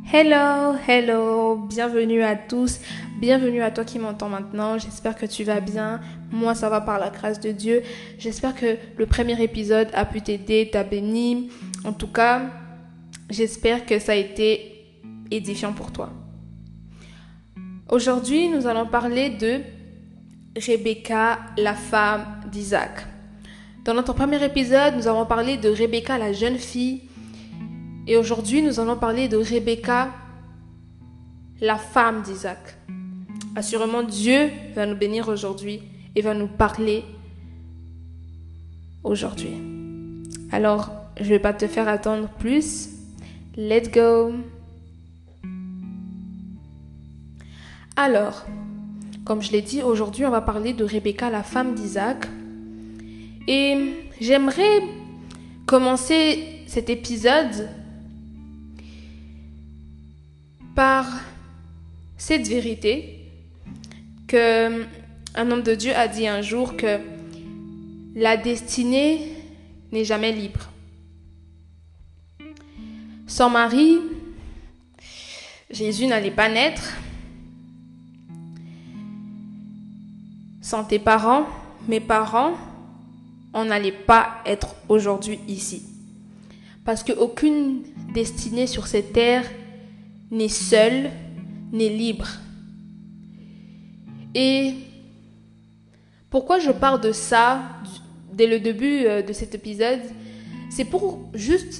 Hello, hello, bienvenue à tous, bienvenue à toi qui m'entends maintenant, j'espère que tu vas bien, moi ça va par la grâce de Dieu, j'espère que le premier épisode a pu t'aider, t'a béni, en tout cas, j'espère que ça a été édifiant pour toi. Aujourd'hui, nous allons parler de Rebecca, la femme d'Isaac. Dans notre premier épisode, nous avons parlé de Rebecca, la jeune fille. Et aujourd'hui, nous allons parler de Rebecca, la femme d'Isaac. Assurément, Dieu va nous bénir aujourd'hui et va nous parler aujourd'hui. Alors, je ne vais pas te faire attendre plus. Let's go! Alors, comme je l'ai dit, aujourd'hui, on va parler de Rebecca, la femme d'Isaac. Et j'aimerais commencer cet épisode par cette vérité que un homme de Dieu a dit un jour que la destinée n'est jamais libre. Sans Marie, Jésus n'allait pas naître. Sans tes parents, mes parents, on n'allait pas être aujourd'hui ici. Parce qu'aucune destinée sur cette terre n'est seule, n'est libre. Et pourquoi je parle de ça dès le début de cet épisode, c'est pour juste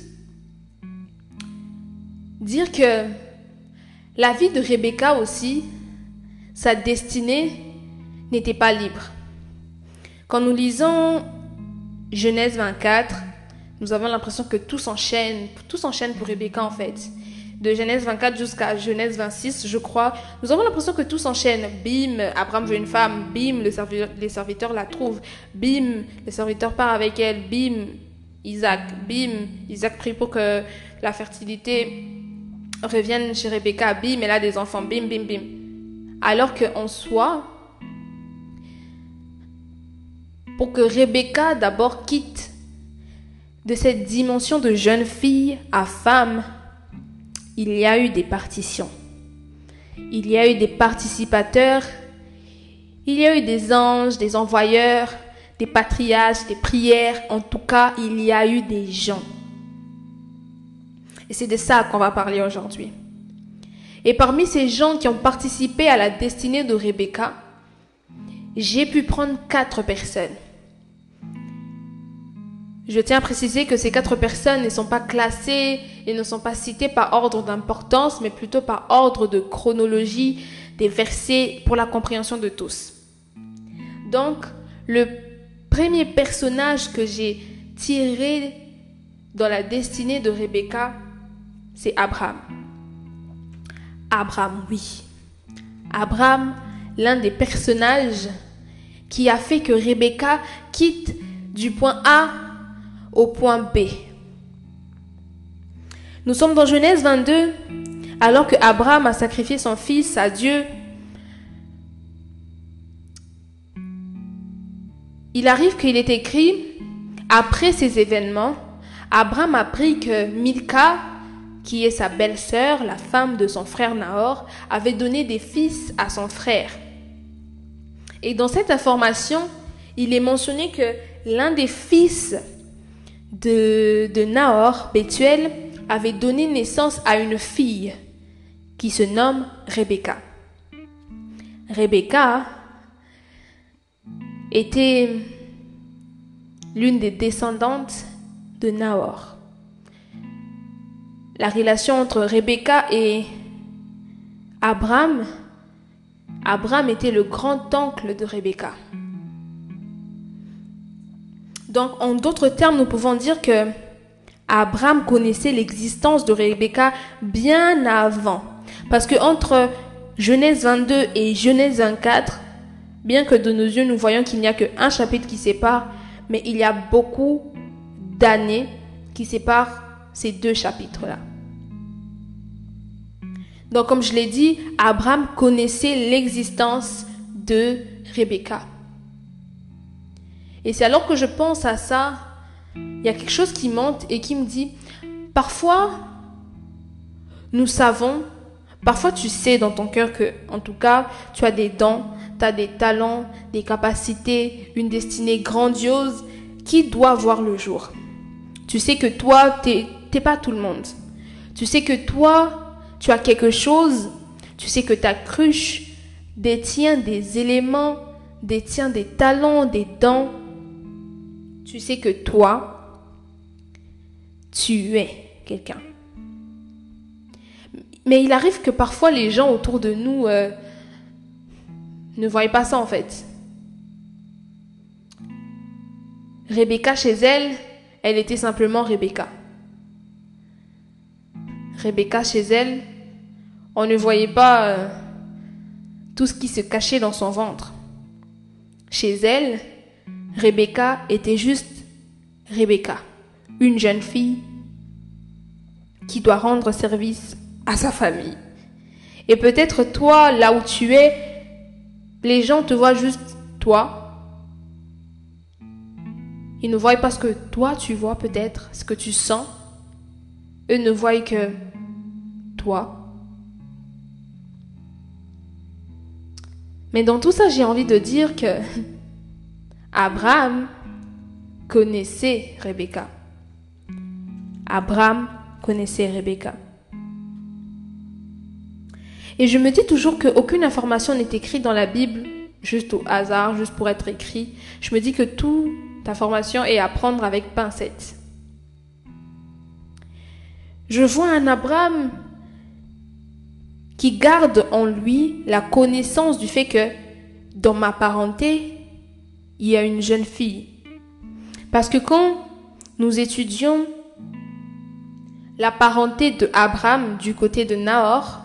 dire que la vie de Rebecca aussi, sa destinée n'était pas libre. Quand nous lisons Genèse 24, nous avons l'impression que tout s'enchaîne pour Rebecca en fait. De Genèse 24 jusqu'à Genèse 26, je crois, nous avons l'impression que tout s'enchaîne. Bim, Abraham veut une femme. Bim, les serviteurs la trouvent. Bim, les serviteurs partent avec elle. Bim, Isaac. Bim, Isaac prie pour que la fertilité revienne chez Rebecca. Bim, elle a des enfants. Bim, bim, bim. Alors qu'en soi, pour que Rebecca d'abord quitte de cette dimension de jeune fille à femme, il y a eu des partitions. Il y a eu des participateurs. Il y a eu des anges, des envoyeurs, des patriarches, des prières. En tout cas, il y a eu des gens. Et c'est de ça qu'on va parler aujourd'hui. Et parmi ces gens qui ont participé à la destinée de Rebecca, j'ai pu prendre 4 personnes. Je tiens à préciser que ces 4 personnes ne sont pas classées et ne sont pas citées par ordre d'importance, mais plutôt par ordre de chronologie des versets pour la compréhension de tous. Donc, le premier personnage que j'ai tiré dans la destinée de Rebecca, c'est Abraham. Abraham, oui. Abraham, l'un des personnages qui a fait que Rebecca quitte du point A au point B. Nous sommes dans Genèse 22, alors que Abraham a sacrifié son fils à Dieu. Il arrive qu'il est écrit, après ces événements, Abraham apprit que Milca, qui est sa belle-sœur, la femme de son frère Nahor, avait donné des fils à son frère. Et dans cette information, il est mentionné que l'un des fils de Nahor, Bethuel, avait donné naissance à une fille qui se nomme Rebecca. Rebecca était l'une des descendantes de Nahor. La relation entre Rebecca et Abraham était le grand-oncle de Rebecca. Donc, en d'autres termes, nous pouvons dire que Abraham connaissait l'existence de Rebecca bien avant. Parce que entre Genèse 22 et Genèse 24, bien que de nos yeux, nous voyons qu'il n'y a qu'un chapitre qui sépare, mais il y a beaucoup d'années qui séparent ces 2 chapitres-là. Donc, comme je l'ai dit, Abraham connaissait l'existence de Rebecca. Et c'est alors que je pense à ça, il y a quelque chose qui monte et qui me dit, parfois, nous savons, parfois tu sais dans ton cœur que, en tout cas, tu as des dons, tu as des talents, des capacités, une destinée grandiose qui doit voir le jour. Tu sais que toi, t'es pas tout le monde. Tu sais que toi, tu as quelque chose. Tu sais que ta cruche détient des éléments, détient des talents, des dons. Tu sais que toi, tu es quelqu'un. Mais il arrive que parfois les gens autour de nous ne voient pas ça en fait. Rebecca chez elle, elle était simplement Rebecca. Rebecca chez elle, on ne voyait pas tout ce qui se cachait dans son ventre. Chez elle, Rebecca était juste Rebecca, une jeune fille qui doit rendre service à sa famille. Et peut-être toi, là où tu es, les gens te voient juste toi. Ils ne voient pas ce que toi tu vois peut-être, ce que tu sens. Eux ne voient que toi. Mais dans tout ça, j'ai envie de dire que Abraham connaissait Rebecca. Abraham connaissait Rebecca. Et je me dis toujours qu'aucune information n'est écrite dans la Bible juste au hasard, juste pour être écrit. Je me dis que toute information est à prendre avec pincette. Je vois un Abraham qui garde en lui la connaissance du fait que dans ma parenté, il y a une jeune fille. Parce que quand nous étudions la parenté de Abraham du côté de Nahor,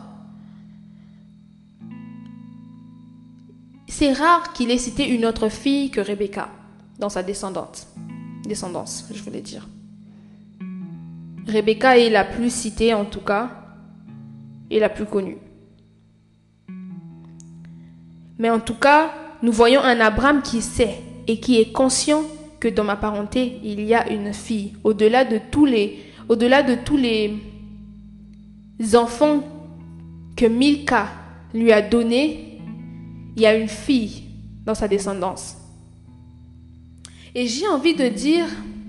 c'est rare qu'il ait cité une autre fille que Rebecca dans sa descendance, je voulais dire. Rebecca est la plus citée en tout cas, et la plus connue. Mais en tout cas, nous voyons un Abraham qui sait et qui est conscient que dans ma parenté, il y a une fille. Au-delà de tous les enfants que Milka lui a donnés, il y a une fille dans sa descendance. Et j'ai envie de dire,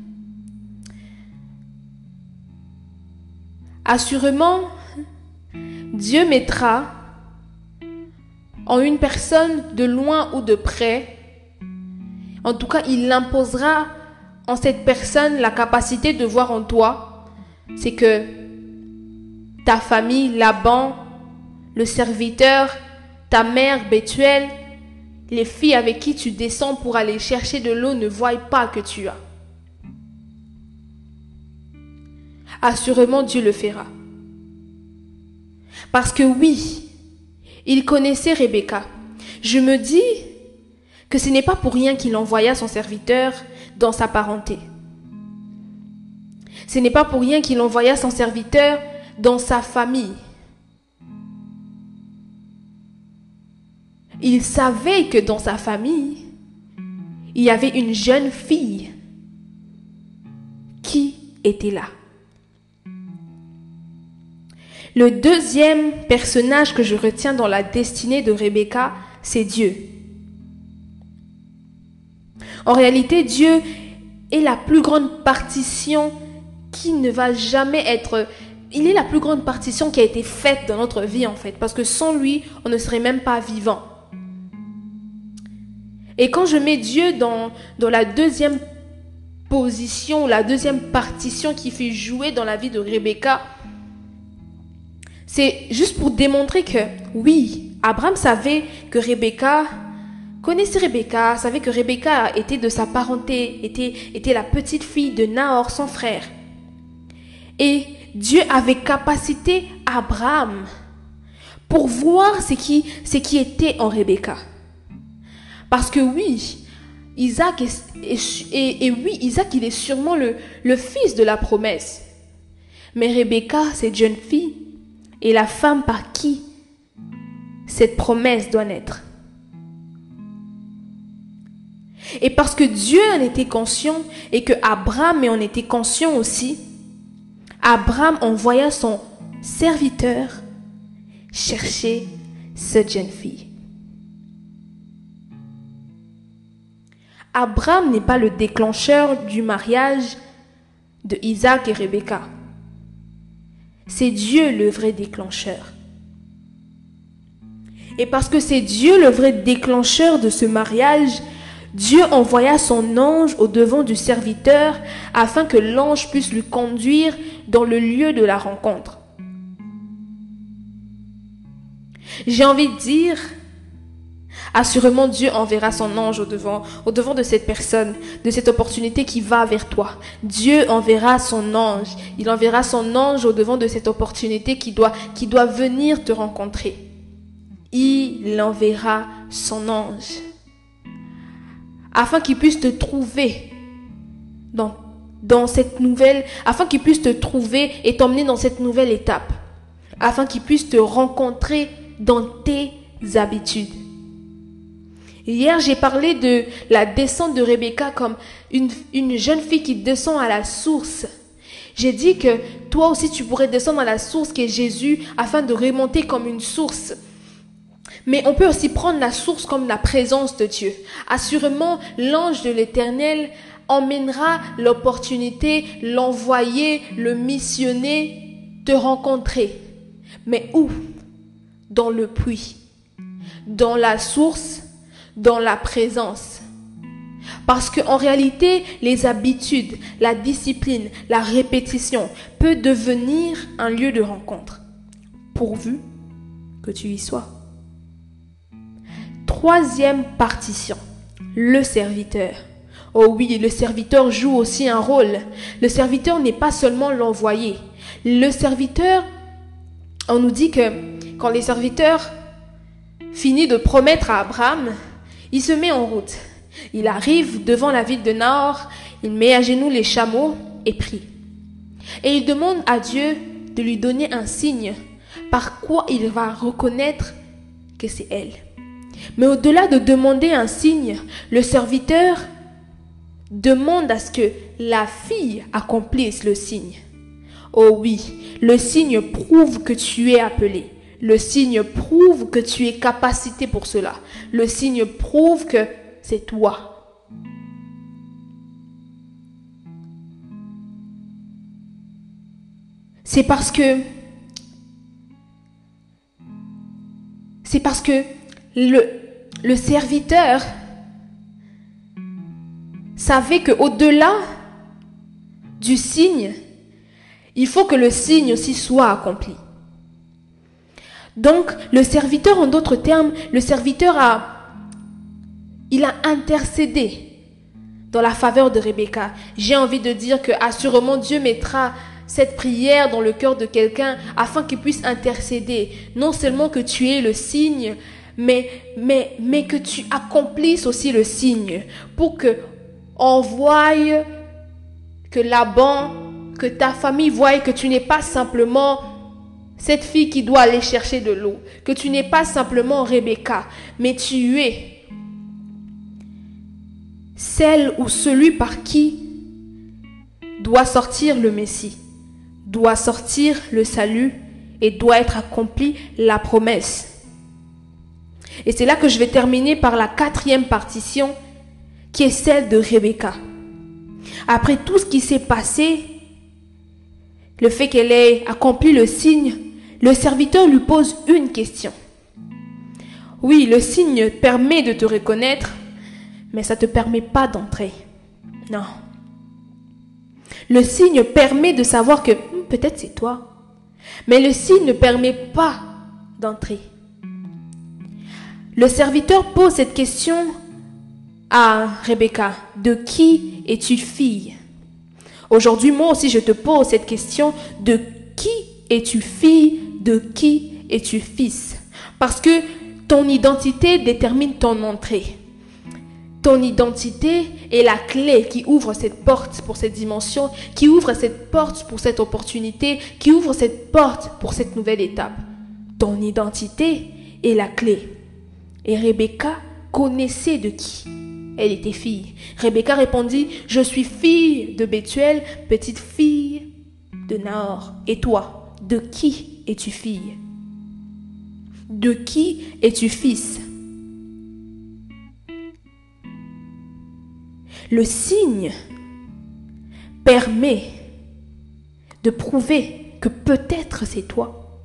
assurément, Dieu mettra en une personne de loin ou de près, en tout cas, il imposera en cette personne la capacité de voir en toi, c'est que ta famille, Laban, le serviteur, ta mère, Bethuel, les filles avec qui tu descends pour aller chercher de l'eau ne voient pas que tu as. Assurément, Dieu le fera. Parce que oui, il connaissait Rebecca. Je me dis que ce n'est pas pour rien qu'il envoya son serviteur dans sa parenté. Ce n'est pas pour rien qu'il envoya son serviteur dans sa famille. Il savait que dans sa famille, il y avait une jeune fille qui était là. Le deuxième personnage que je retiens dans la destinée de Rebecca, c'est Dieu. En réalité, Dieu est la plus grande partition qui ne va jamais être... Il est la plus grande partition qui a été faite dans notre vie en fait. Parce que sans lui, on ne serait même pas vivant. Et quand je mets Dieu dans la deuxième position, la deuxième partition qui fait jouer dans la vie de Rebecca, c'est juste pour démontrer que, oui, Abraham savait que Rebecca, connaissait Rebecca, savait que Rebecca était de sa parenté, était la petite fille de Nahor, son frère. Et Dieu avait capacité Abraham pour voir ce qui était en Rebecca. Parce que oui, Isaac Isaac, il est sûrement le fils de la promesse. Mais Rebecca, cette jeune fille, est la femme par qui cette promesse doit naître. Et parce que Dieu en était conscient et que Abraham en était conscient aussi, Abraham envoya son serviteur cherchait cette jeune fille. Abraham n'est pas le déclencheur du mariage de Isaac et Rebecca. C'est Dieu le vrai déclencheur. Et parce que c'est Dieu le vrai déclencheur de ce mariage, Dieu envoya son ange au-devant du serviteur afin que l'ange puisse lui conduire dans le lieu de la rencontre. J'ai envie de dire, assurément Dieu enverra son ange au-devant de cette personne, de cette opportunité qui va vers toi. Dieu enverra son ange. Il enverra son ange au-devant de cette opportunité qui doit venir te rencontrer. Il enverra son ange afin qu'il puisse te trouver dans cette nouvelle, afin qu'il puisse te trouver et t'emmener dans cette nouvelle étape, afin qu'il puisse te rencontrer dans tes habitudes. Hier, j'ai parlé de la descente de Rebecca comme une jeune fille qui descend à la source. J'ai dit que toi aussi tu pourrais descendre à la source qui est Jésus afin de remonter comme une source. Mais on peut aussi prendre la source comme la présence de Dieu. Assurément, l'ange de l'Éternel emmènera l'opportunité, l'envoyer, le missionner, te rencontrer. Mais où? Dans le puits, dans la source, dans la présence. Parce qu'en réalité, les habitudes, la discipline, la répétition peut devenir un lieu de rencontre, pourvu que tu y sois. Troisième partition, le serviteur. Oh oui, le serviteur joue aussi un rôle. Le serviteur n'est pas seulement l'envoyé. Le serviteur, on nous dit que quand les serviteurs finissent de promettre à Abraham, il se met en route. Il arrive devant la ville de Nahor, il met à genoux les chameaux et prie. Et il demande à Dieu de lui donner un signe par quoi il va reconnaître que c'est elle. Mais au-delà de demander un signe, le serviteur demande à ce que la fille accomplisse le signe. Oh oui, le signe prouve que tu es appelé. Le signe prouve que tu es capacité pour cela. Le signe prouve que c'est toi. C'est parce que le serviteur savait qu'au-delà du signe, il faut que le signe aussi soit accompli. Donc, le serviteur, en d'autres termes, le serviteur il a intercédé dans la faveur de Rebecca. J'ai envie de dire que assurément Dieu mettra cette prière dans le cœur de quelqu'un afin qu'il puisse intercéder. Non seulement que tu aies le signe, mais que tu accomplisses aussi le signe pour que on voie, que Laban, que ta famille voie que tu n'es pas simplement cette fille qui doit aller chercher de l'eau, que tu n'es pas simplement Rebecca, mais tu es celle ou celui par qui doit sortir le Messie, doit sortir le salut et doit être accomplie la promesse. Et c'est là que je vais terminer par la quatrième partition qui est celle de Rebecca. Après tout ce qui s'est passé, le fait qu'elle ait accompli le signe, le serviteur lui pose une question. Oui, le signe permet de te reconnaître, mais ça ne te permet pas d'entrer. Non. Le signe permet de savoir que peut-être c'est toi, mais le signe ne permet pas d'entrer. Le serviteur pose cette question à Rebecca. De qui es-tu fille? Aujourd'hui, moi aussi, je te pose cette question. De qui es-tu fille? De qui es-tu fils? Parce que ton identité détermine ton entrée. Ton identité est la clé qui ouvre cette porte pour cette dimension, qui ouvre cette porte pour cette opportunité, qui ouvre cette porte pour cette nouvelle étape. Ton identité est la clé. Et Rebecca connaissait de qui elle était fille. Rebecca répondit, je suis fille de Bethuel, petite fille de Nahor. Et toi, de qui es-tu fille? De qui es-tu fils? Le signe permet de prouver que peut-être c'est toi.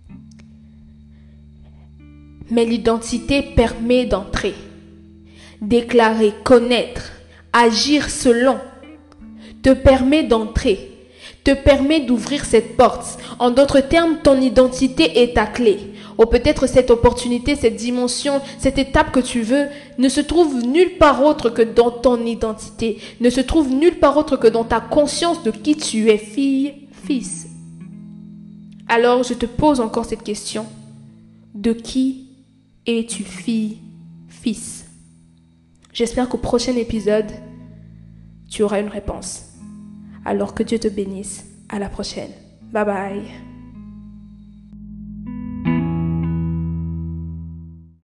Mais l'identité permet d'entrer, déclarer, connaître, agir selon, te permet d'entrer, te permet d'ouvrir cette porte. En d'autres termes, ton identité est ta clé. Ou peut-être cette opportunité, cette dimension, cette étape que tu veux ne se trouve nulle part autre que dans ton identité, ne se trouve nulle part autre que dans ta conscience de qui tu es, fille, fils. Alors je te pose encore cette question. De qui es-tu fille, fils? J'espère qu'au prochain épisode, tu auras une réponse. Alors que Dieu te bénisse. À la prochaine. Bye bye.